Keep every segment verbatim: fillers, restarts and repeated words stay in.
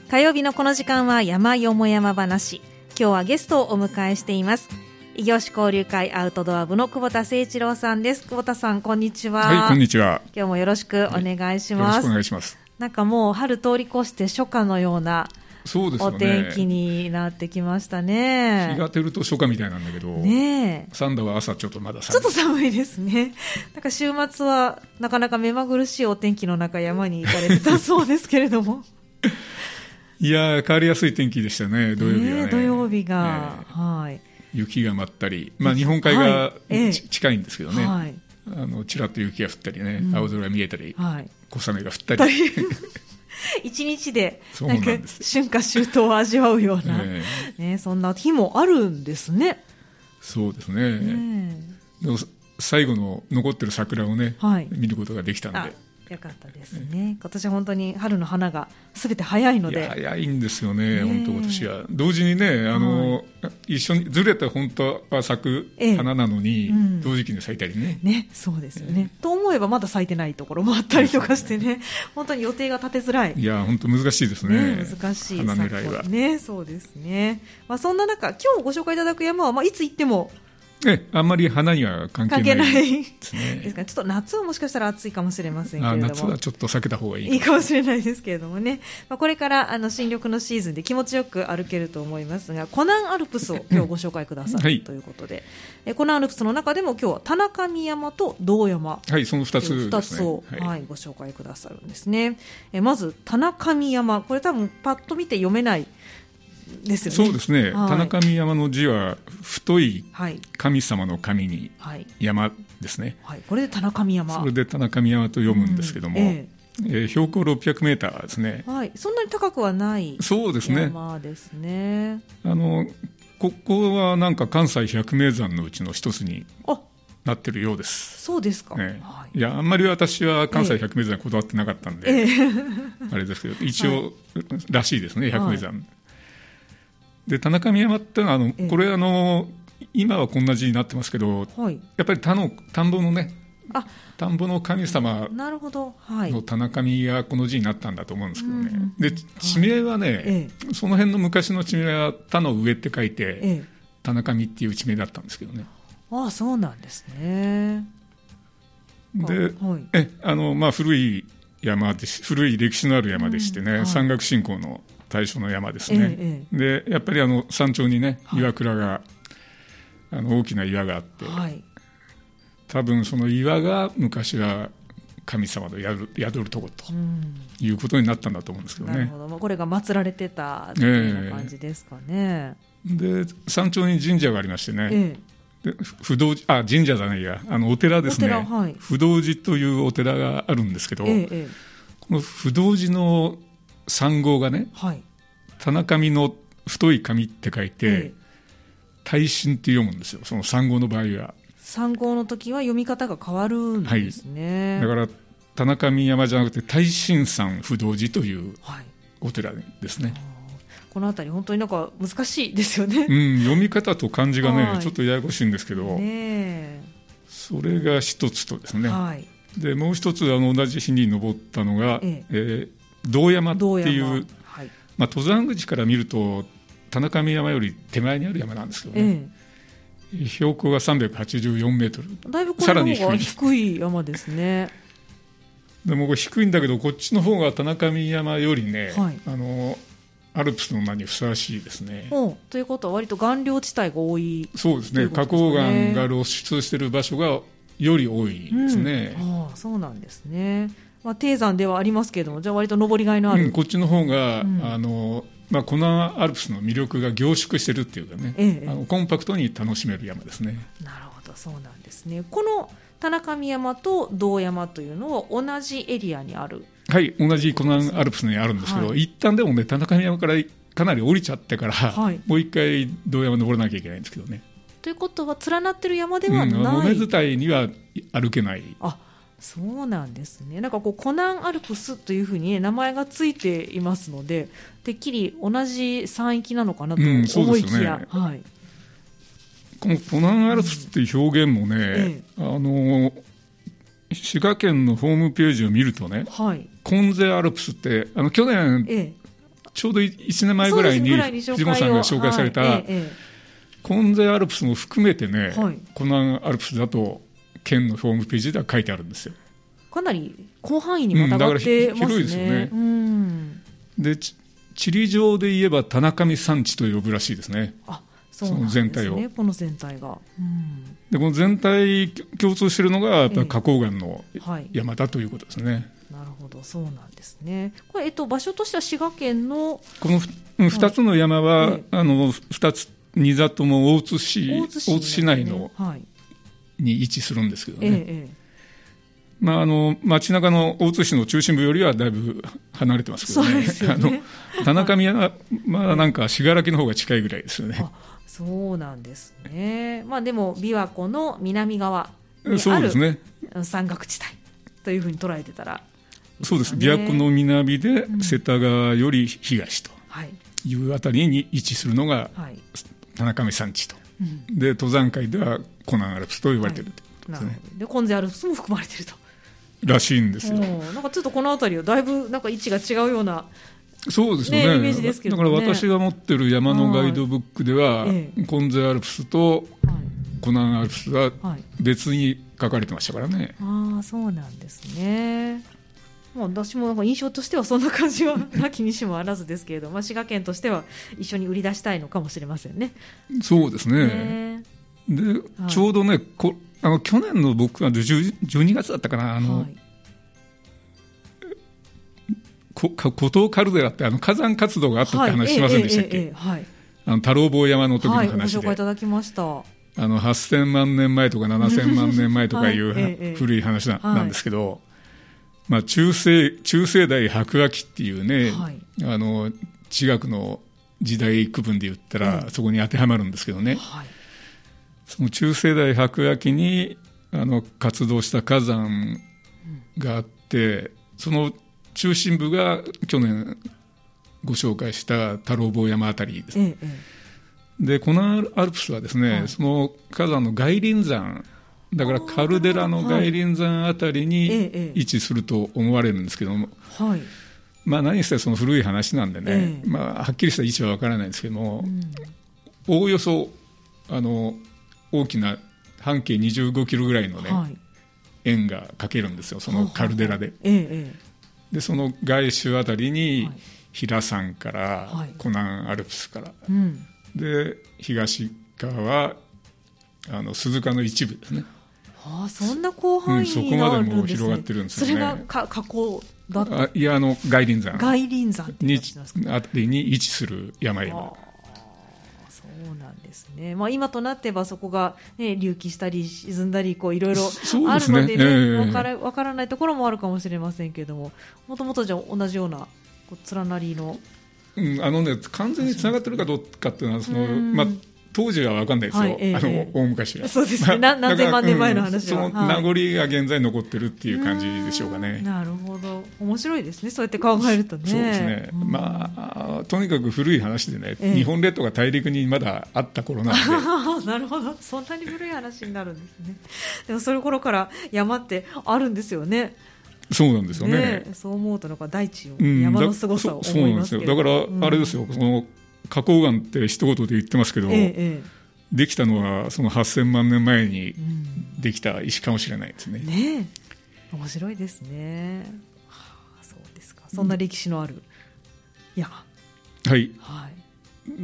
火曜日のこの時間は山よも山話。今日はゲストをお迎えしています。異業種交流会アウトドア部の久保田誠一郎さんです。久保田さん、こんにちは。 はい、こんにちは。 今日もよろしくお願いします。 はい、よろしくお願いします。 なんかもう春通り越して初夏のようなそうですよね、 お天気になってきましたね。 日が照ると初夏みたいなんだけど、 ねえ、 三田は朝ちょっとまだ寒い。 ちょっと寒いですね。なんか週末はなかなか目まぐるしいお天気の中山に行かれてたそうですけれどもいや変わりやすい天気でしたね、土曜日はね。 ね、土曜日が、 えーはい、 雪が舞ったり、まあ、日本海が、はいえー、近いんですけどね、はい、あのちらっと雪が降ったりね、うん、青空が見えたり、はい、小雨が降ったり一日でなんか春夏秋冬を味わうような、えーね、そんな日もあるんですね。 そうですね、ね、でも最後の残ってる桜をね、はい、見ることができたのでよかったですね。今年本当に春の花がすべて早いので。 いや早いんですよね、本当今年は。同時にね、あの、はい、一緒にずれて本当は咲く花なのに、ええうん、同時期に咲いたりね。 ね、そうですよね、ええ。と思えばまだ咲いてないところもあったりとかしてね、本当に予定が立てづらい。 いや本当難しいですね。 ね、難しい花狙いは。 ね、そうですね。まあそんな中、今日ご紹介いただく山は、まあいつ行っても。 えあんまり花には関係ないですね。 ですからちょっと夏はもしかしたら暑いかもしれませんけれども、 あ夏はちょっと避けた方がいいいいかもしれないですけれどもね、まあ、これからあの新緑のシーズンで気持ちよく歩けると思いますが、コナンアルプスを今日ご紹介ください、はい、ということで、えコナンアルプスの中でも今日は田中見山と道山、 はい、そのふたつですね、 ふたつを、はいはい、ご紹介くださるんですね。えまず田中見山、これ多分パッと見て読めないですよね。 そうですね、はい、田中見山の字は太い神様の神に山ですね、 はいはい、これで田中見山、 それで田中見山と読むんですけども、うんえええー、標高ろっぴゃくメーターですね、 はい、そんなに高くはないそうですね、 山ですね。 あのここはなんか関西百名山のうちの一つになってるようです。 そうですか、 ねはい、いやあんまり私は関西百名山にこだわってなかったんで、ええ、あれですけど一応、はい、らしいですね、百名山、はい、で田中見山ってのはあの、ええ、これあの今はこんな字になってますけど、はい、やっぱり田の田んぼのね、あ田んぼの神様の田中見がこの字になったんだと思うんですけどね、うん、で地名はね、はいええ、その辺の昔の地名は田の上って書いて、ええ、田中見っていう地名だったんですけどね。 ああそうなんですね。 で、はいえあのまあ、古い山でし古い歴史のある山でしてね、うんはい、山岳信仰の対象の山ですね、ええ、でやっぱりあの山頂にね岩倉が、はい、あの大きな岩があって、はい、多分その岩が昔は神様の宿る、宿るところということになったんだと思うんですけどね、 なるほど、まあ、これが祀られてたという感じですかね、 えー、で山頂に神社がありましてね、えー、で不動あ神社じゃないやあのお寺ですね、はい、不動寺というお寺があるんですけど、えー、この不動寺の山号がね、はい、田中見の太い紙って書いて、えー、大神って読むんですよ、その山号の場合は。 山号の時は読み方が変わるんですね、 はい、だから田中見山じゃなくて大神山不動寺というお寺ですね、はい、 このあたり本当になんか難しいですよね、 うん、読み方と漢字がね、はい、ちょっとややこしいんですけど、 ね、 それが一つとですね、 はい、 でもう一つあの同じ日に登ったのが、えええー、道山っていう、はい、まあ、登山口から見ると田中見山より手前にある山なんですけどね、ええ、標高がさんびゃくはちじゅうよんメートル、 だいぶこれの方が低い山ですね。 でもこれ低いんだけどこっちの方が田中見山よりね、はい、あのアルプスの名にふさわしいですね。 ということは割と岩稜地帯が多い。 そうですね、花崗岩が露出している場所がより多いですね、 うん、ああそうなんですね、まあ、低山ではありますけれども、じゃあ割と登りがいのある、 うん、こっちの方が、うん、あのまあ、コナンアルプスの魅力が凝縮しているっていうかね、ええ、あのコンパクトに楽しめる山ですね。 なるほど、そうなんですね。この田中見山と道山というのは同じエリアにある。 はい、同じコナンアルプスにあるんですけど、はい、一旦でもね田中見山からかなり降りちゃってから、はい、もう一回道山登らなきゃいけないんですけどね。 ということは連なってる山ではない、うん、 尾根伝いには歩けない。 あ、そうなんですね。なんかこうコナンアルプスというふうに、ね、名前がついていますので、てっきり同じ山域なのかなと思いきや、うん、そうですね、はい、 このコナンアルプスっていう表現もね、ええ、あの滋賀県のホームページを見るとね、はい、コンゼアルプスってあの去年、ええ、 ちょうどいちねんまえぐらいに藤本さんが紹介された、はいええ、金勢アルプスも含めてね、はい、コナンアルプスだと県のホームページでは書いてあるんですよ。 かなり広範囲にまたがってますね、うん、だから広いですよね、うん、 で地理上で言えば田中見山地と呼ぶらしいですね。 あ、そうなんですね、その全体をこの全体が、 うん、でこの全体共通しているのがやっぱり花崗岩の山だということですね、はい、 なるほど、そうなんですね。これ、えっと、場所としては滋賀県のこのふたつの山は、はい、あのふたつに座とも大津市、大津市、大津市内の、はい、に位置するんですけどね、ええまあ、あの街中の大津市の中心部よりはだいぶ離れてますけど ね, ねあの田中宮はまあなんか信楽の方が近いぐらいですよね。 あ、そうなんですね。まあ、でも琵琶湖の南側にある山岳地帯というふうに捉えてたらいいですかね。 そうです、琵琶湖の南で世田川より東というあたりに位置するのが田中見山地と、うん、で登山界ではコナンアルプスと呼ばれているということですね、はい、 で金勢アルプスも含まれているとらしいんですよ。 なんかちょっとこの辺りはだいぶなんか位置が違うような、 そうですよ ね, ねイメージですけどね。 だから私が持ってる山のガイドブックでは、金勢アルプスとコナンアルプスは別に書かれてましたからね、 はい、ああ、そうなんですね。まあ、私もなんか印象としてはそんな感じはなきにしもあらずですけれど、まあ、滋賀県としては一緒に売り出したいのかもしれませんね。 そうですね。で、はい、ちょうどねこあの去年の僕はじゅうにがつだったかな、あの、はい、こ古東カルデラってあの火山活動があったって話しませんでしたっけ、はい、あの太郎坊山の時の話で、はい、 ご紹介いただきました。 あのはっせんまんねんまえとかななせんまんねんまえとかいう、はい、古い話 な,、はい、なんですけど、まあ、中世中世代白亜紀っていうね、はい、あの地学の時代区分で言ったら、うん、そこに当てはまるんですけどね、はい、その中世代白亜紀にあの活動した火山があって、その中心部が去年ご紹介した太郎坊山あたりです、ええ、でコナンアルプスはですね、はい、その火山の外輪山だからカルデラの外輪山あたりに位置すると思われるんですけども、はい、まあ、何せその古い話なんでね、ええ、まあ、はっきりした位置は分からないんですけども、うん、おおよそあの大きな半径にじゅうごキロぐらいのね、はい、円が描けるんですよ、そのカルデラで、ええ、でその外周あたりに平山からコナンアルプスから、はい、うん、で東側はあの鈴鹿の一部ですね。 ああ、そんな広範囲になるんですね、うん、そこまでもう広がってるんですよね。それがか河口だった。 あ、いや、あの外輪山外輪山ってにあたりに位置する山々。 あ、そうなんですね。まあ、今となってはそこが、ね、隆起したり沈んだりこういろいろあるので、ね、えー、分から分からないところもあるかもしれませんけれども、もともとじゃ同じようなこう連なりの、 うん、あのね、完全につながってるかどうかっていうのはその、まあ、当時は分かんないですよ、はい、えー、あの大昔は。 そうですね、まあ、何千万年前の話は、 うん、その名残が現在残ってるっていう感じでしょうかね。 なるほど、面白いですね、そうやって考えるとね。 そうですね、うん、まあ、とにかく古い話でね、えー、日本列島が大陸にまだあった頃なんでなるほど、そんなに古い話になるんですね。でもそれ頃から山ってあるんですよね。 そうなんですよ ね, ねそう思うとなんか大地を、山のすごさを思いますけど、 うん、だからあれですよ、うん、その花崗岩って一言で言ってますけど、えーえーできたのはそのはっせんまんねんまえにできた石かもしれないですね。 うん、ねえ、面白いですね。はあ、そうですか。そんな歴史のある山。 うん、はい。はい、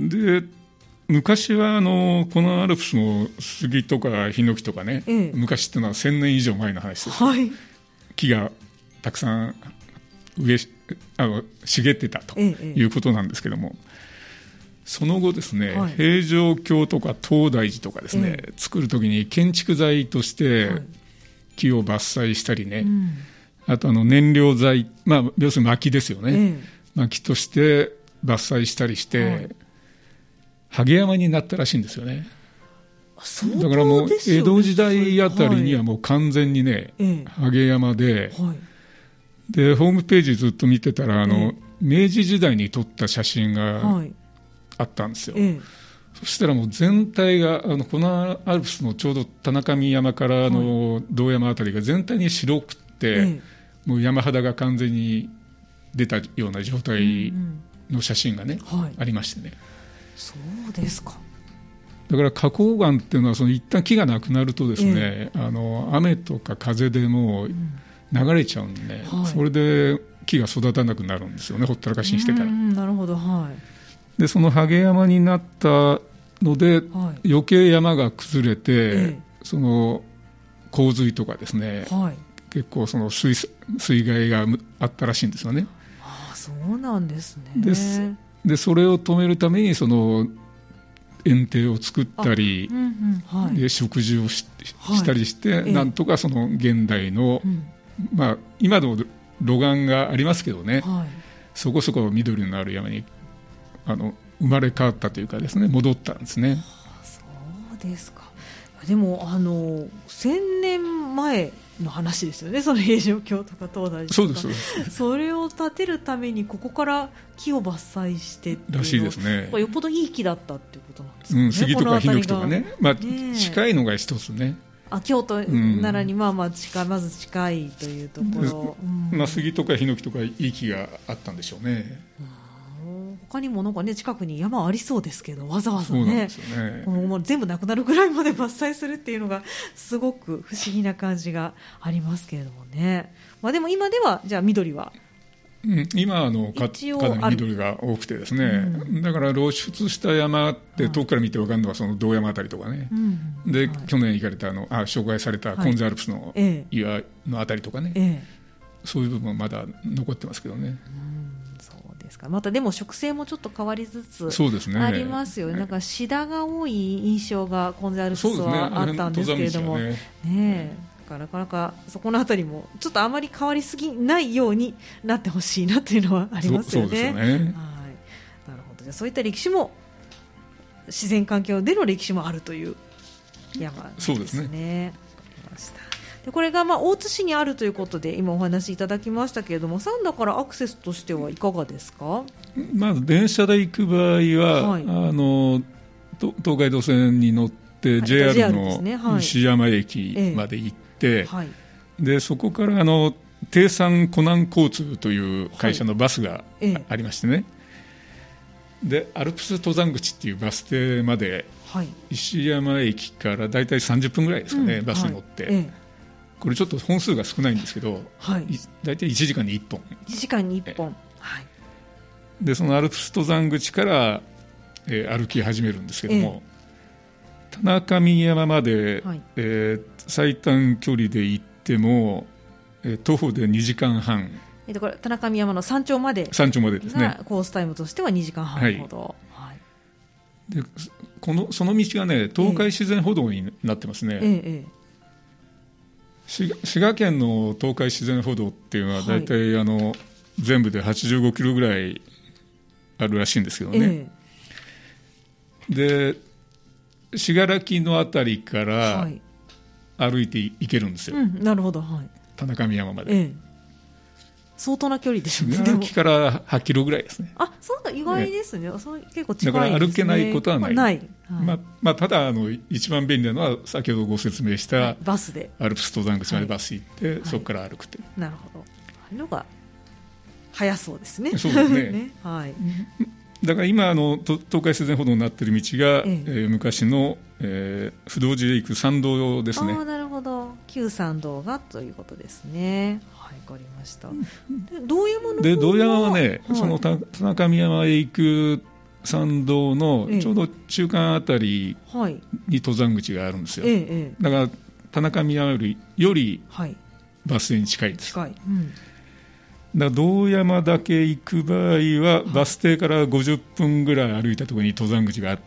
で昔はあのこのアルプスの杉とかヒノキとかね、ええ、昔っていうのはせんねん以上前の話です。はい、木がたくさん植えあの茂ってたということなんですけども。ええ、その後ですね、はい、平城京とか東大寺とかですね、えー、作るときに建築材として木を伐採したりね、はい、うん、あとあの燃料材、まあ、要するに薪ですよね、えー、薪として伐採したりして、はい、ハゲ山になったらしいんですよね。だからもう江戸時代あたりにはもう完全にね、はい、ハゲ山で、はい、でホームページずっと見てたらあの、えー、明治時代に撮った写真が、はい、あったんですよ。ええ、そしたらもう全体があのコナンアルプスのちょうど田中見山からの道山あたりが全体に白くって、ええ、もう山肌が完全に出たような状態の写真がね、はい、ありましてね。 そうですか。 だから花崗岩っていうのはその一旦木がなくなるとですね、えー、あの雨とか風でもう流れちゃうんで、ね、うんはい、それで木が育たなくなるんですよね、ほったらかしにしてから。 うんなるほど、はい、 でそのハゲ山になったので、はい、余計山が崩れて、えー、その洪水とかですね、はい、結構その 水, 水害があったらしいんですよね。 ああそうなんですね。 で, でそれを止めるためにその園庭を作ったり、うんうんはい、で食事を し, したりして、はい、なんとかその現代の、うんまあ、今の路岸がありますけどね、はい、そこそこ緑のある山にあの生まれ変わったというかですね、戻ったんですね。 あそうですか。でもあのせんねんまえの話ですよね、その平城京とか東大寺とか。 そうですそうです。 それを建てるためにここから木を伐採してっていうのらしいですね。 よっぽどいい木だったっていうことなんですかね、 うん、杉とかヒノキとかね、まあ、ね近いのが一つね。 あ京都、奈良にまあまあ近い、まず近いというところ、 うんまあ、杉とかヒノキとかいい木があったんでしょうね。 他にもなんか、ね、近くに山ありそうですけど、わざわざ、ね、 そうなんですよね。 このもう全部なくなるぐらいまで伐採するっていうのがすごく不思議な感じがありますけれどもね。まあ、でも今ではじゃあ緑は、 うん、今あの か, かなり緑が多くてですね、うん、だから露出した山って遠くから見て分かるのはその道山あたりとかね、うん、で、はい、去年行かれたあのあ紹介された金座アルプスの岩のあたりとかね、はいええ、そういう部分はまだ残ってますけどね。 またでも植生もちょっと変わりつつありますよね。なんかシダが多い印象が金座アルプスはあったんですけれども、ねね、だからなかなかそこのあたりもちょっとあまり変わりすぎないようになってほしいなというのはありますよね。 そうですよね。はい、 なるほど。じゃあそういった歴史も自然環境での歴史もあるという山ですね。そうですね。わかりました。でこれがまあ大津市にあるということで今お話しいただきましたけれども、三田からアクセスとしてはいかがですか。 まず電車で行く場合は、はい、あの東海道線に乗って、はい、ジェイアール の石山駅まで行って、はい、でそこからあの低山湖南交通という会社のバスがありましてね、はいええ、でアルプス登山口っていうバス停まで、はい、石山駅からだいたいさんじゅっぷんぐらいですかね、うん、バスに乗って、はいええこれちょっと本数が少ないんですけど、はい、だいたいいちじかんにいっぽんいちじかんにいっぽん、はい、 でそのアルプス登山口から、えー、歩き始めるんですけども、えー、田中見山まで、はいえー、最短距離で行っても、えー、徒歩でにじかんはん、 えー、これ田中見山の山頂まで山頂までですね。 コースタイムとしてはにじかんはんほど、はいはい、 でこのその道がね東海自然歩道になってますね、えーえー滋賀県の東海自然歩道っていうのはだいたいあの全部ではちじゅうごキロぐらいあるらしいんですけどね、えー、で信楽のあたりから歩いていけるんですよ、 はいうん、なるほど、はい、 田中見山まで、えー、 相当な距離でしょうね。 信楽からはちキロぐらいですね。 あ、そうだ、意外ですね、えー、そう結構近いですね。 だから歩けないことはない、 まあないはいまあまあ、ただあの一番便利なのは先ほどご説明した、はい、 バスでアルプス登山口までバス行って、はい、そこから歩くという、 はい、なるほど。あれのが早そうですね。 そうですねね、はい、 だから今あの東海自然歩道になっている道が、えええー、昔の、えー、不動寺へ行く参道ですね。 あ、なるほど、旧参道がということですね。はい、わかりました。で道山の方はで道山はね、はい、その田中見山へ行く参道のちょうど中間あたりに登山口があるんですよ、ええ、だから田中見山よりよりバス停に近いです、はい近いうん、だから道山だけ行く場合はバス停からごじゅっぷんぐらい歩いたところに登山口があって、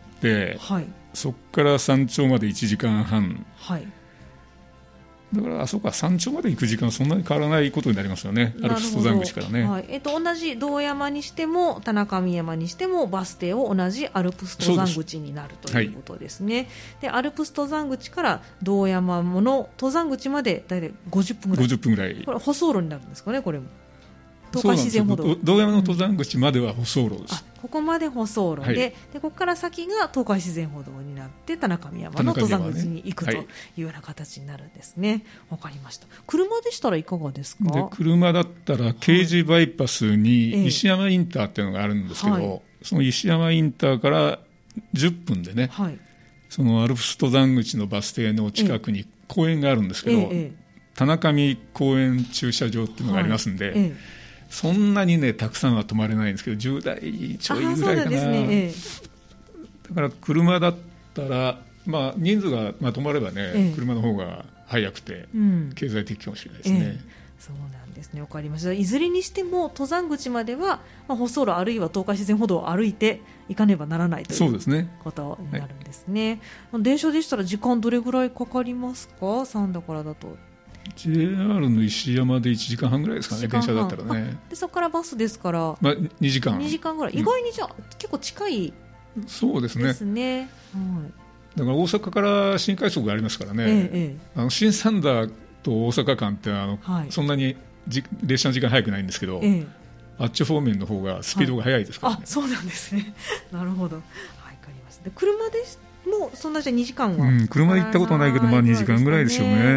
はい、そこから山頂までいちじかんはん、はい、だからあそこは山頂まで行く時間そんなに変わらないことになりますよね、アルプス登山口からね、 はいえー、と同じ道山にしても田中見山にしてもバス停を同じアルプス登山口になるということですね。で、でアルプス登山口から道山の登山口までだいたいごじゅっぷんぐらい、 ごじゅっぷんぐらい、 これ舗装路になるんですかね。これも東海自然歩道、 道山の登山口までは舗装路です、 うん、あここまで舗装路で、はい、でここから先が東海自然歩道になって田中宮山の登山口に行く、ね、というような形になるんですね。わ、はい、かりました。車でしたらいかがですか？ で車だったら京滋バイパスに石山インターっていうのがあるんですけど、はい、その石山インターからじゅっぷんでね、はい、そのアルプス登山口のバス停の近くに公園があるんですけど、ええ、田中見公園駐車場っていうのがありますんで、はい、え、そんなにねたくさんは止まれないんですけどじゅうだいちょいぐらいかな。ね、だから車だったら、まあ、人数がまとまればね、え、車の方が早くて経済的かもしれないですね、うんえ、 そうなんですね。わかりました。いずれにしても登山口までは、まあ、舗装路あるいは東海自然歩道を歩いて行かねばならないということになるんですね。はい、電車でしたら時間どれぐらいかかりますか？三田からだとジェイアール の石山でいちじかんはんぐらいですかね、電車だったらね。 でそこからバスですから、 まあ、にじかんにじかんぐらい、意外にじゃあ、うん、結構近いそうですね。 ですね、はい、 だから大阪から新快速がありますからね、ええ、あの新三田と大阪間ってあの、はい、そんなにじ列車の時間早くないんですけど、ええ、あっち方面の方がスピードが速いですからね、 はい、あそうなんですねなるほど、はい、分かります。で車でもうそんなじゃにじかんは、 うん、車で行ったことはないけど、まあ、にじかんぐらいでしょうね、うん、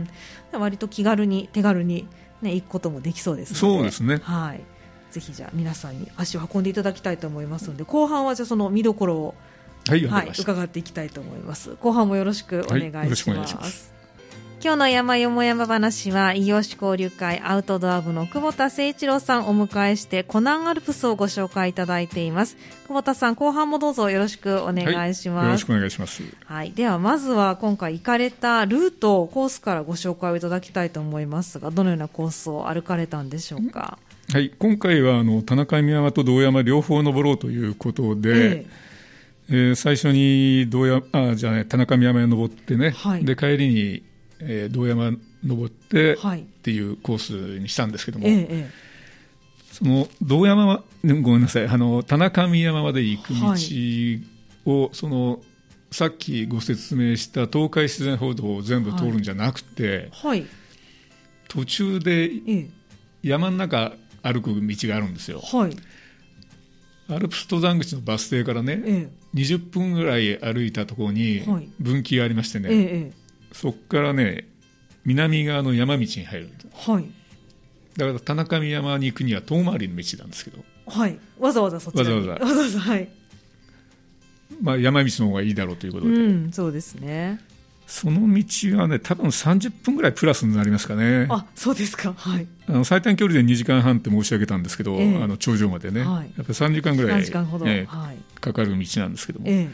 割と気軽に手軽に、ね、行くこともできそうですので、 そうですね、 はい、ぜひじゃあ皆さんに足を運んでいただきたいと思いますので、後半はじゃあその見どころを、 はいはい、伺っていきたいと思います。後半もよろしくお願いします、はい、よろしくお願いします。今日の山よも山話は異業種交流会アウトドア部の久保田誠一郎さんをお迎えしてコナンアルプスをご紹介いただいています。久保田さん、後半もどうぞよろしくお願いします。 はい、よろしくお願いします。 はい、ではまずは今回行かれたルートコースからご紹介をいただきたいと思いますが、どのようなコースを歩かれたんでしょうか？ はい、今回はあの田中宮山と道山両方登ろうということで、えええー、最初に道山あじゃあ、ね、田中宮山へ登ってね、はい、で帰りに、えー、道山登ってっていうコースにしたんですけども、ええ、その道山はごめんなさいあの田中宮山まで行く道を、はい、そのさっきご説明した東海自然歩道を全部通るんじゃなくて、はいはい、途中で山の中歩く道があるんですよ、はい、アルプス登山口のバス停からね、ええ、にじゅっぷんぐらい歩いたところに分岐がありましてね、はい、ええ、そこからね南側の山道に入る、はい、だから田中宮山に行くには遠回りの道なんですけど、 はい、わざわざそちらにわざわざ、わざわざ、はい、まあ、山道の方がいいだろうということで、 うん、そうですね。 その道はね多分さんじゅっぷんぐらいプラスになりますかね。 あ、そうですか、はい、 あの最短距離でにじかんはんって申し上げたんですけど、ええ、あの頂上までね、はい、やっぱりさんじかんぐらい、 さんじかんほど、 えーはい、かかる道なんですけども、え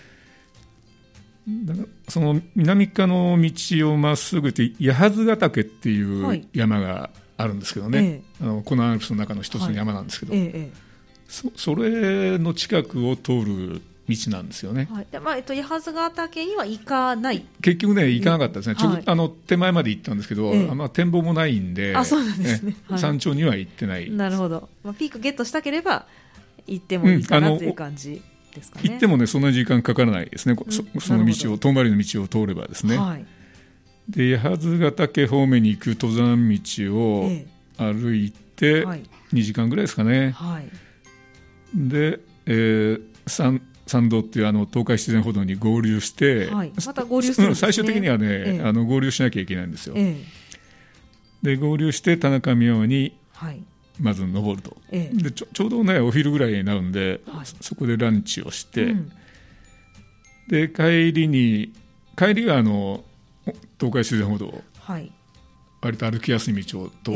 え、だからその南側の道をまっすぐって八幡ヶ岳っていう山があるんですけどね、はい、あのコナンアルプスの中の一つの山なんですけど、はい、ええ、そ, それの近くを通る道なんですよね、 はい、でまあえっと、八幡ヶ岳には行かない結局ね行かなかったですね、ちょ、はい、あの手前まで行ったんですけど、ええ、まあ、展望もないんで、 あ、そうなんですね、はい、 山頂には行ってない。 なるほど、まあ、ピークゲットしたければ行ってもいいかな、うん、という感じですかね。 行ってもねそんなに時間かからないですね、うん、そ, その道を遠回りの道を通ればですね、はい、で八幡ヶ岳方面に行く登山道を歩いてにじかんぐらいですかね、はい、で、えー、山山道っていうあの東海自然歩道に合流して、 はい、また合流するんですね。 最終的にはね、ええ、あの合流しなきゃいけないんですよ、ええ、で合流して田中宮山にまず登ると、ええ、で ち, ょちょうどねお昼ぐらいになるんで、はい、そこでランチをして、うん、で帰りに帰りはあの東海自然歩道、はい、割と歩きやすい道を通って、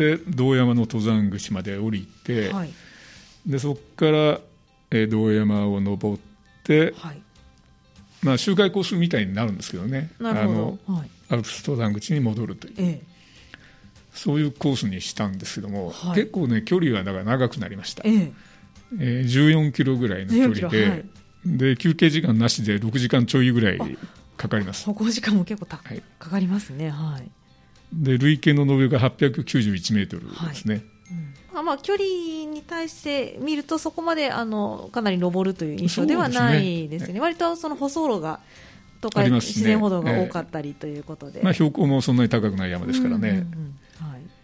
ええ、道山の登山口まで降りて、はい、でそこからえー、道山を登って、はい、まあ、周回コースみたいになるんですけどね、 なるほど、 あの、はい、アルプス登山口に戻るという、ええ、そういうコースにしたんですけども、はい、結構ね距離はだから長くなりました、えええー、じゅうよんキロぐらいの距離で、はい、で休憩時間なしでろくじかんちょいぐらいかかります。 歩行時間も結構た、はい、かかりますね、はい、 で累計の延べがはっぴゃくきゅうじゅういちメートルですね、はい、 うん、まあ、距離に対して見るとそこまであのかなり登るという印象ではないですね。割とその舗装路が東海自然歩道が多かったりということで、 まあ、標高もそんなに高くない山ですからね、うんうんうん、はい、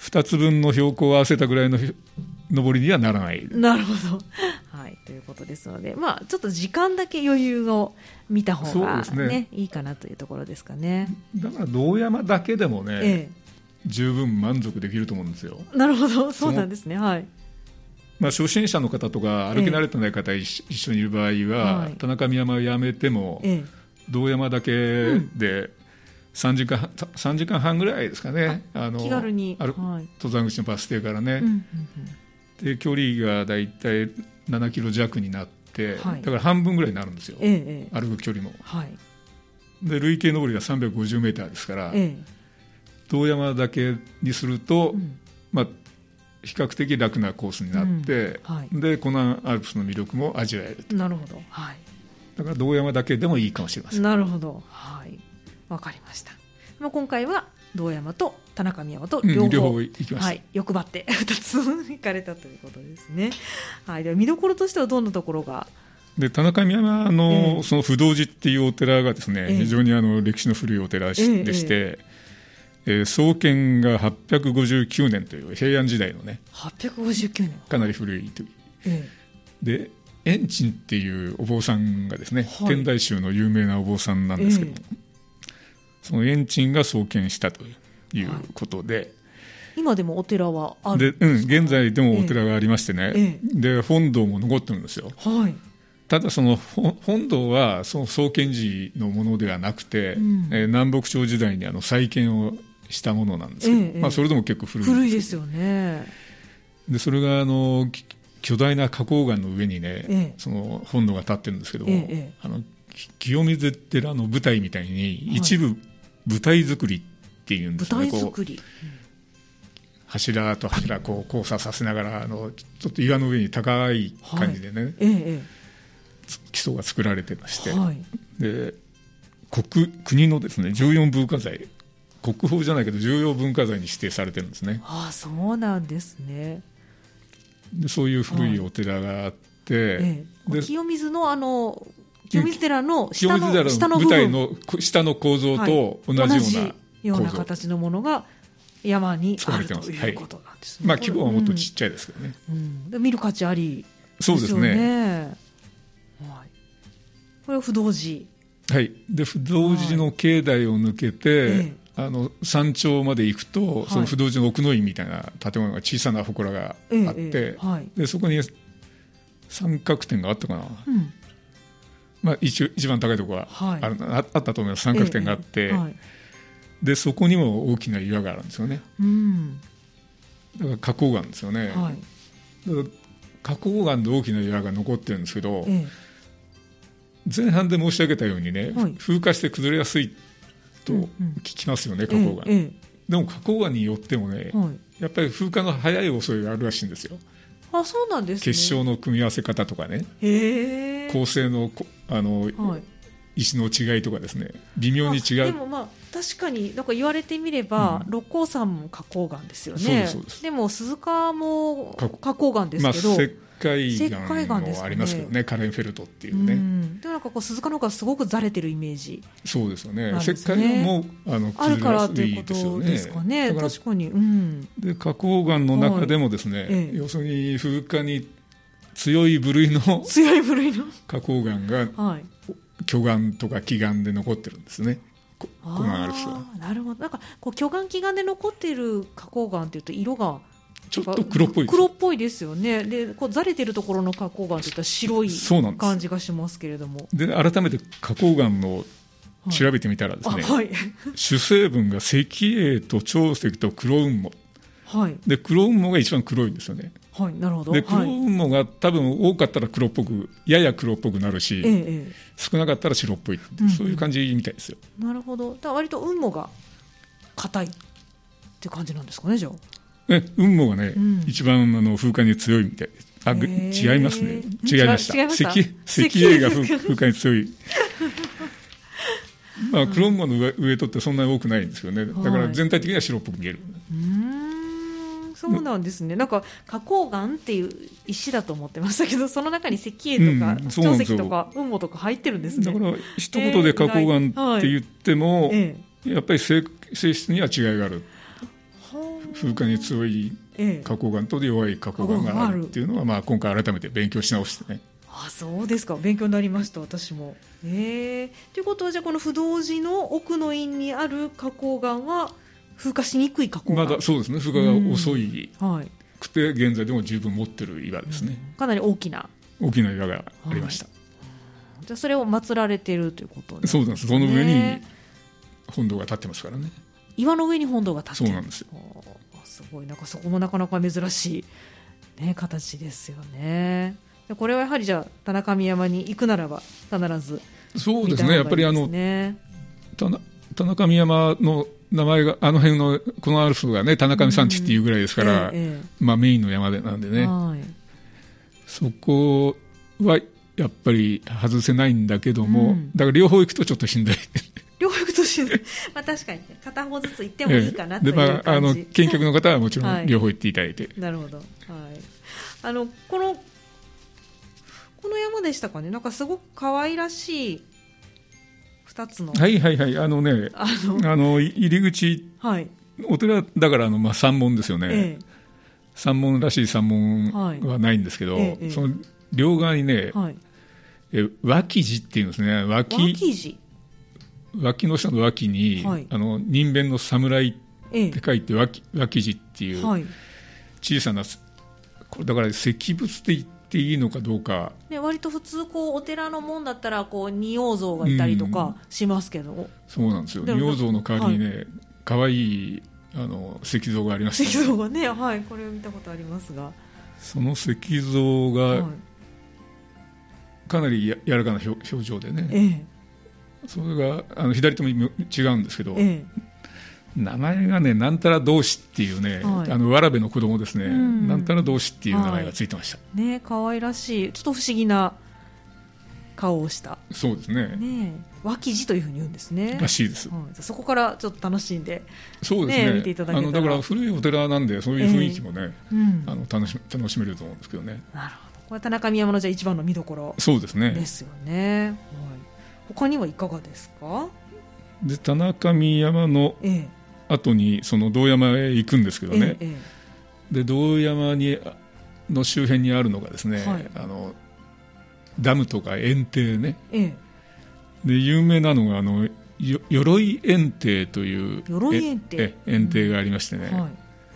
ふたつぶんの標高を合わせたぐらいの登りにはならない。 なるほど、はい、ということですので、まあ、ちょっと時間だけ余裕を見た方が、ねね、いいかなというところですかね。 だから堂山だけでもね、ええ、十分満足できると思うんですよ。 なるほど、そうなんですね。はい。 まあ、初心者の方とか歩き慣れてない方、ええ、一緒にいる場合は、はい、田中宮山をやめても、ええ、堂山だけでさんじかん、さんじかんはんぐらいですかね、あの気軽に、 ある、はい、登山口のバス停からね、うんうんうん、で距離がだいたいななキロ弱になって、はい、だから半分ぐらいになるんですよ、ええ、歩く距離も、はい、で累計上りがさんびゃくごじゅうメーターですから、ええ、堂山だけにすると、うん、まあ、比較的楽なコースになって、うん、はい、で湖南アルプスの魅力も味わえると。 なるほど、はい、 だから堂山だけでもいいかもしれません。 なるほど、はい、わかりました。まあ、今回は堂山と田中宮山と両方、うん、 両方行きました、はい、 欲張ってふたつ行かれたということですね。はい、では見どころとしてはどんなところが。 で田中宮山の、えー、その不動寺っていうお寺がですね、えー、非常にあの歴史の古いお寺でして、えーえーえー、創建がはっぴゃくごじゅうきゅうねんという平安時代のね、 はっぴゃくごじゅうきゅうねん、 かなり古いという、 えー、で円珍っていうお坊さんがですね、はい、天台宗の有名なお坊さんなんですけども、えー、その円珍が創建したということで、はい、 今でもお寺はあるんで、うん、現在でもお寺がありましてね、えー、で本堂も残ってるんですよ、はい、ただその本堂はその創建時のものではなくて、うん、えー、南北朝時代にあの再建をしたものなんですけど、ええ、まあ、それでも結構古いんです古いですよね。 でそれがあの巨大な花崗岩の上にね、ええ、その本堂が立ってるんですけども、ええ、あの清水寺の舞台みたいに一部舞台作りっていうんですね、 舞台作り、 こう柱と柱こう交差させながらあのちょっと岩の上に高い感じでね、はい、ええ、基礎が作られてまして、はい、で 国, 国のですねじゅうよん文化財、国宝じゃないけど重要文化財に指定されてるんですね。 ああ、そうなんですね。 でそういう古いお寺があって、 ええ、で清水のあの清水寺の下の、 うん、下の舞台の下の構造と同じような、はい、同じような形のものが山にあるということなんですね。 はい、まあ、規模はもっとちっちゃいですけどね、 うんうん、で見る価値ありですよね。 そうですね、 はい、これは不動寺、 はい、で不動寺の境内を抜けて、はい、ええ、あの山頂まで行くと、はい、その不動寺の奥の院みたいな建物が小さな祠があって、ええはい、でそこに三角点があったかな、うん、まあ、一, 一番高いところが あ, はい、あ, あったと思います。三角点があって、ええはい、でそこにも大きな岩があるんですよね、うん、だから花崗岩ですよね、はい、だから花崗岩で大きな岩が残ってるんですけど、ええ、前半で申し上げたようにね、はい、風化して崩れやすいと聞きますよね、花崗岩、ええ、でも花崗岩によってもね、はい、やっぱり風化の早い遅いがあるらしいんですよ。 あ、そうなんですね。 結晶の組み合わせ方とかね、 へー、 構成の、あの、はい、石の違いとかですね、微妙に違う。 でもまあ確かになんか言われてみれば、うん、六甲山も花崗岩ですよね。そうですそうです。でも鈴鹿も花崗岩ですけど、まあ、 石灰岩もありますけどね、カレンフェルトっていうね、うん、 でもなんかこう鈴鹿の方がすごくざれてるイメージ、 そうですよね。石灰岩もあのあるからということですかね。確かに、うん、 で花崗岩の中でもですね、はい、要するに風化に強い部類の強い部類の花崗岩が、はい、巨岩とか奇岩で残ってるんですね。湖南アルプスは。 なるほど。なんかこう巨岩奇岩で残っている花崗岩というと色がちょっと黒っぽいです。 黒っぽいですよね。でこうざれてるところの花崗岩といったら白い感じがしますけれども、 で改めて花崗岩の調べてみたらですね、はい、主成分が石英と長石と黒雲母、はい、で黒雲母が一番黒いんですよね。 はい、なるほど。 で黒雲母が多分多かったら黒っぽくやや黒っぽくなるし、ええ、少なかったら白っぽい、うん、そういう感じみたいですよ。 なるほど。だから割と雲母が硬いって感じなんですかね。じゃあえ雲母がね、うん、一番あの風化に強いみたいです。あ、違いますね。違いました。 違いました。 石石英が風化に強い。まあ、黒雲母の 上, 上とってそんなに多くないんですよね。だから全体的には白っぽく見える。 うーん、そうなんですね。なんか花崗岩っていう石だと思ってましたけど、その中に石英とか長石とか雲母とか入ってるんですね。 だから一言で花崗岩って言っても、えーはい、やっぱり 性, 性質には違いがある。 風化に強い花崗岩と弱い花崗岩があるっていうのは、まあ、今回改めて勉強し直してね。 あ、そうですか。勉強になりました、私も。えー、ということはじゃあこの不動寺の奥の院にある花崗岩は風化しにくい花崗岩。 まだそうですね、風化が遅い、 うん、はい、 くて現在でも十分持ってる岩ですね、 うん、かなり大きな大きな岩がありました、はい、 じゃあそれを祀られているということなんですね。 そうなんです。その上に本堂が立ってますからね。 岩の上に本堂が立ってる。 そうなんですよ。 すごい、なんかそこもなかなか珍しい、ね、形ですよね。これはやはりじゃあ田中宮山に行くならば必ず見た方がいいですね。 そうですね、やっぱりあの田, 田中宮山の名前があの辺のこのアルプスがね田中山地っていうぐらいですから、うんええまあ、メインの山でなんでね、はい、そこはやっぱり外せないんだけども、うん、だから両方行くとちょっとしんどい両方行くとしんどいまあ確かに、ね、片方ずつ行ってもいいかなという感じ、ええでまあ、あの見客の方はもちろん両方行っていただいて、はい、 なるほど、はい、あのこのこの山でしたかね、なんかすごく可愛らしいふたつの、 はいはいはい、あのね、あのあの入り口、はい、お寺だからあの、まあ、山門ですよね、ええ、山門らしい山門はないんですけど、はいえ、その両側にね、はい、え脇地っていうんですね。脇、 脇地、 脇の下の脇に、はい、あの人弁の侍って書いて脇、脇地っていう、はい、小さなこれだから石仏って言っていいのかどうか、 ね、割と普通こうお寺の門だったらこう仁王像がいたりとかしますけど、うん、 そうなんですよ。仁王像の代わりにね、はい、かわいいあの石像がありました、ね、 石像がね、はい、これを見たことありますが、 その石像が、はい、かなりや柔らかな表情でね、ええ、それがあの左とも違うんですけど、ええ、名前がねなんたら同士っていうね、はい、あのわらべの子供ですね、なんたら同士っていう名前がついてました、 はいね、可愛らしい、ちょっと不思議な顔をした、 そうですね、 ね、脇地というふうに言うんですね、 らしいです、 はい、そこからちょっと楽しんで、 そうですね、 ね、見ていただけたら、 あのだから古いお寺なんでそういう雰囲気もね、えーうん、あの楽し、楽しめると思うんですけどね。 なるほど、これ田中宮山のじゃ一番の見どころそうですね、 ですよね、はい、他にはいかがですか。 で田中宮山の後にその堂山へ行くんですけどね、えええ、で堂山にの周辺にあるのがですね、はい、あのダムとか堰堤ね、ええ、で有名なのがあのよ鎧堰堤という鎧堰堤堰堤がありましてね、うんはい、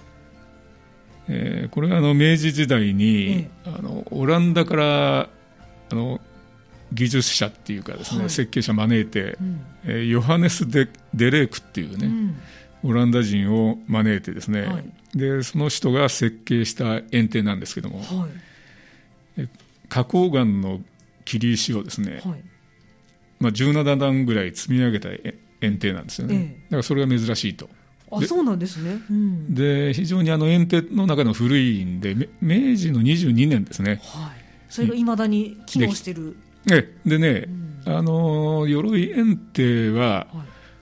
えー、これはあの明治時代に、ええ、あのオランダからあの技術者っていうかですね、はい、設計者招いて、うんえー、ヨハネス・デ・デレークっていうね、うん、オランダ人を招いてですね、はい、でその人が設計した堰堤なんですけども、はい、え花崗岩の切り石をですね、はい、まあ、じゅうななだんぐらい積み上げた堰堤なんですよね、ええ、だからそれが珍しいと。 あ、そうなんですね、うん、 で非常にあの堰堤の中でも古いんで明治のにじゅうにねんですね、 はい、それがいまだに機能してる。 で, でね、うん、あの鎧堰堤は、はい、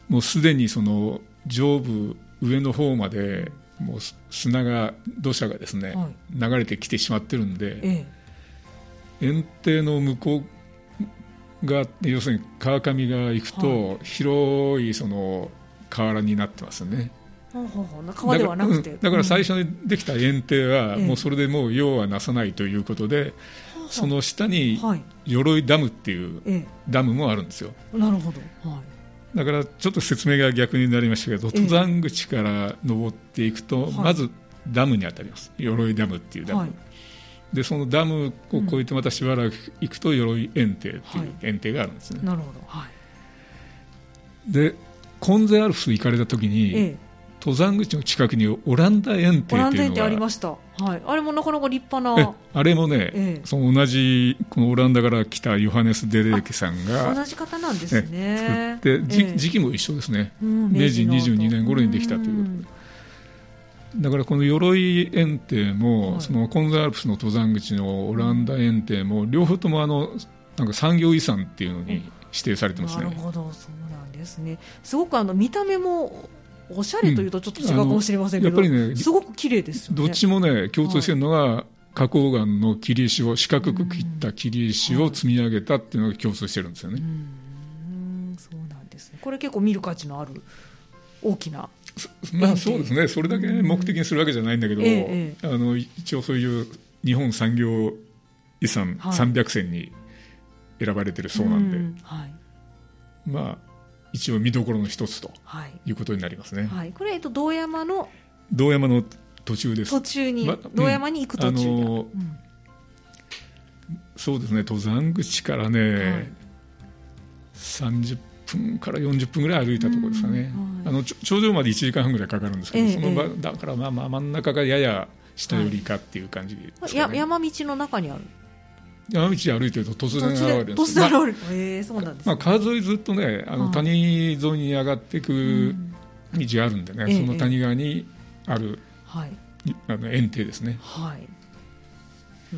もうすでにその上部上の方までもう砂が土砂がですね、はい、流れてきてしまってるんで、ええ、堰堤の向こうが要するに川上が行くと、はい、広いその河原になってますね。 川ではなくてだ, から、うん、だから最初にできた堰堤は、うん、もうそれでもう用はなさないということで、ええ、その下に鎧ダムっていうダムもあるんですよ、 ええ、なるほど、はい、 だからちょっと説明が逆になりましたけど、登山口から登っていくと、ええ、まずダムに当たります、鎧ダムっていうダム、はい、でそのダムを越えてまたしばらく行くと鎧堰堤っていう堰堤があるんですね、はい、 なるほど、はい、 で金勢アルプス行かれた時に、ええ、登山口の近くにオランダ堰堤っていうのが、オランダ堰堤ありました、 はい、あれもなかなか立派な、 あれもね、ええ、その同じこのオランダから来たヨハネス・デレーケさんが同じ方なんですね、 作って、ええ、時期も一緒ですね、うん、明治にじゅうにねん頃にできたということで、だからこの鎧堰堤も、はい、その金勢アルプスの登山口のオランダ堰堤も両方ともあのなんか産業遺産っていうのに指定されてますね。 なるほど、そうなんですね。すごくあの見た目もおしゃれというとちょっと違うかもしれませんけど、うん、やっぱりね、すごく綺麗ですよね。 どっちもね共通しているのが、はい、花崗岩の切り石を四角く切った切り石を積み上げたっていうのが共通してるんですよね、 うん、うん、そうなんですね。これ結構見る価値のある大きなまあそうですね、それだけ目的にするわけじゃないんだけど、うんええ、あの一応そういう日本産業遺産さんびゃくせんに選ばれてるそうなんで、うんはい、まあ一応見どころの一つということになりますね、はいはい、 これ、えっと、堂山の堂山の途中です。 途中に、ま、堂山に行く途中、うんあのーうん、 そうですね、登山口からね、はい、さんじゅっぷんからよんじゅっぷんぐらい歩いたところですかね、うんはい、あの頂上までいちじかんはんぐらいかかるんですけど、ええ、その場だからまあまあ真ん中がやや下寄りかっていう感じですかね、 はい、山道の中にある山道歩いてると突然現れるんです。 突然現れる、まあえー、そうなんです、ね、 まあ、川沿いずっとねあの谷沿いに上がっていく道があるんでね、うん、その谷側にある、はい、あの堰堤ですね、はい、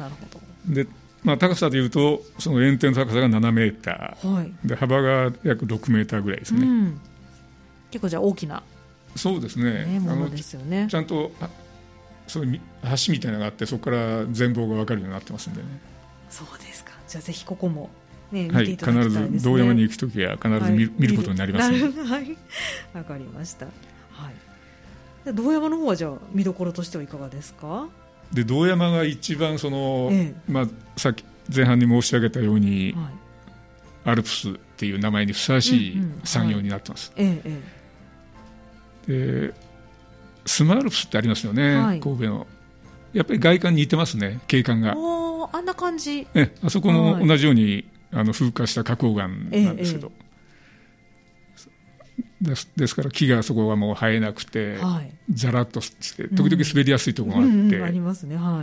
なるほど。で、まあ、高さでいうとその堰堤の高さがななメーター、はい、で幅が約ろくメーターぐらいですね、うん、 結構じゃあ大きなそうですね、 ねものですよね。 ちゃんとそういう橋みたいなのがあってそこから全貌が分かるようになってますんでね。 そうですか。じゃあぜひここも、ね、見ていただきたいですね、 はい、必ず堂山に行くときは必ず 見,、はい、見ることになりますね。 はい、わかりました、はい、堂山の方はじゃあ見どころとしてはいかがですか。 で堂山が一番その、ええまあ、さっき前半に申し上げたように、はい、アルプスっていう名前にふさわしい産業になってます、うんうんはいええ、でスマアルプスってありますよね、はい、神戸のやっぱり外観に似てますね、景観が。 おあんな感じ、 えあそこも同じように、はい、あの風化した花崗岩なんですけど、ええ、です、ですから木がそこはもう生えなくて、はい、ザラッとして時々滑りやすいところがあって、うんうんうん、 ありますね、はい、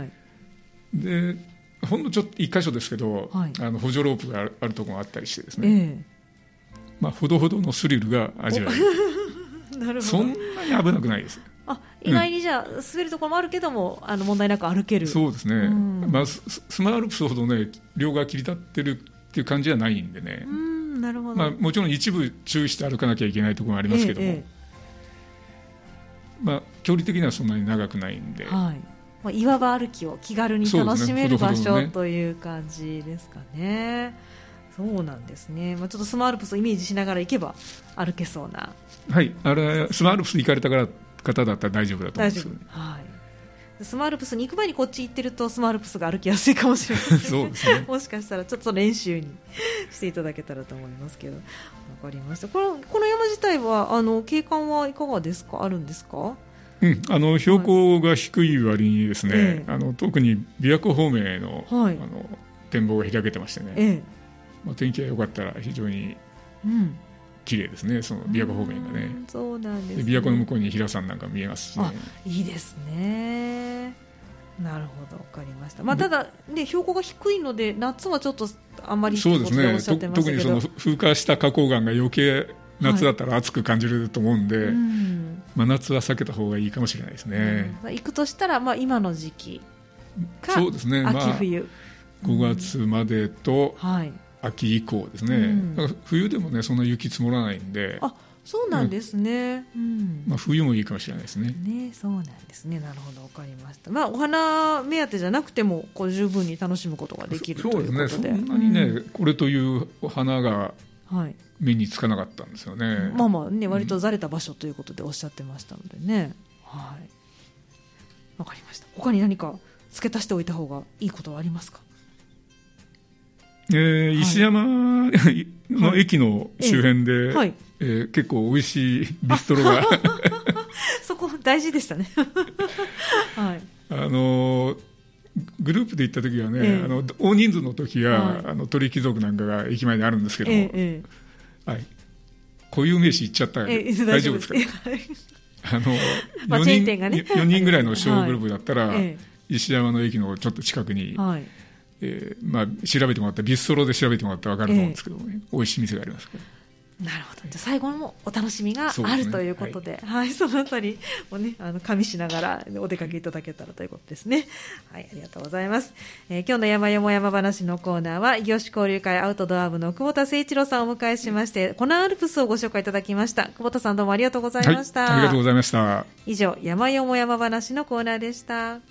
でほんのちょっと一箇所ですけど、はい、あの補助ロープがある、あるところがあったりしてですね、ええまあ、ほどほどのスリルが味わえるなるほどそんなに危なくないです。 あ意外にじゃあ、うん、滑るところもあるけどもあの問題なく歩ける。 そうですね、うんまあ、ス, スマアルプスほどね両側切り立ってるっていう感じはないんでね、 うんなるほど、 まあ、もちろん一部注意して歩かなきゃいけないところもありますけども、ええまあ、距離的にはそんなに長くないんで、はいまあ、岩場歩きを気軽に楽しめる場所、ね、という感じですかね。そうなんですね、まあ、ちょっとスマアルプスをイメージしながら行けば歩けそうな。 はいあれスマアルプス行かれたから方だったら大丈夫だと思うんですよね。 はい、スマアルプスに行く前にこっち行ってるとスマアルプスが歩きやすいかもしれませんそうですねもしかしたらちょっと練習にしていただけたらと思いますけど。わかりました。この、この山自体はあの景観はいかがですか、あるんですか。 うん、あの標高が低い割にですね、はい、あの特に琵琶湖方面へ の,、はい、あの展望が開けてましてね、ええまあ、天気が良かったら非常に、うん綺麗ですね、その琵琶湖方面がね。 そうなんですね。 琵琶湖の向こうに平山なんか見えますしね。 あいいですね。なるほど、わかりました。まあ、ただ、ね、標高が低いので夏はちょっとあんまりそうですね、特にその風化した花崗岩が余計夏だったら暑く感じると思うんで、はいうんまあ、夏は避けた方がいいかもしれないですね、 うん、行くとしたら、まあ、今の時期かそうですね、 秋冬、 まあ、ごがつまでと、うんはい秋以降ですね、うん、だから冬でもねそんな雪積もらないんで。 あそうなんですね、うんまあ、冬もいいかもしれないですね。 ねそうなんですね。なるほど、わかりました。まあ、お花目当てじゃなくてもこう十分に楽しむことができるということで。そうですね、 そんなにね、うん、これという花が目につかなかったんですよね、はい、 まあまあね割とざれた場所ということでおっしゃってましたのでね、うん、はいわかりました。他に何か付け足しておいた方がいいことはありますか。 えー、石山の駅の周辺で、はいはいえー、結構美味しいビストロがそこ大事でしたね、はい、 あのグループで行った時はね、えー、あの大人数の時は、はい、あの鳥貴族なんかが駅前にあるんですけども、えーはい、固有名詞言っちゃったら、えー、大丈夫ですか、あのまあ、チェーン店がねよにんぐらいの小グループだったら、はい、石山の駅のちょっと近くに、はいえーまあ、調べてもらったらビストロで調べてもらったら分かると思うんですけどもね、えー、美味しい店がありますから。 なるほど。じゃあ最後もお楽しみがある、ね、ということで、はい、はい、そのあたりをねあの加味しながらお出かけいただけたらということですね。はい、ありがとうございます。えー、今日の山よも山話のコーナーは異業種交流会アウトドア部の久保田誠一郎さんをお迎えしまして、コナンアルプスをご紹介いただきました。久保田さんどうもありがとうございました。 はい、ありがとうございました。 以上山よも山話のコーナーでした。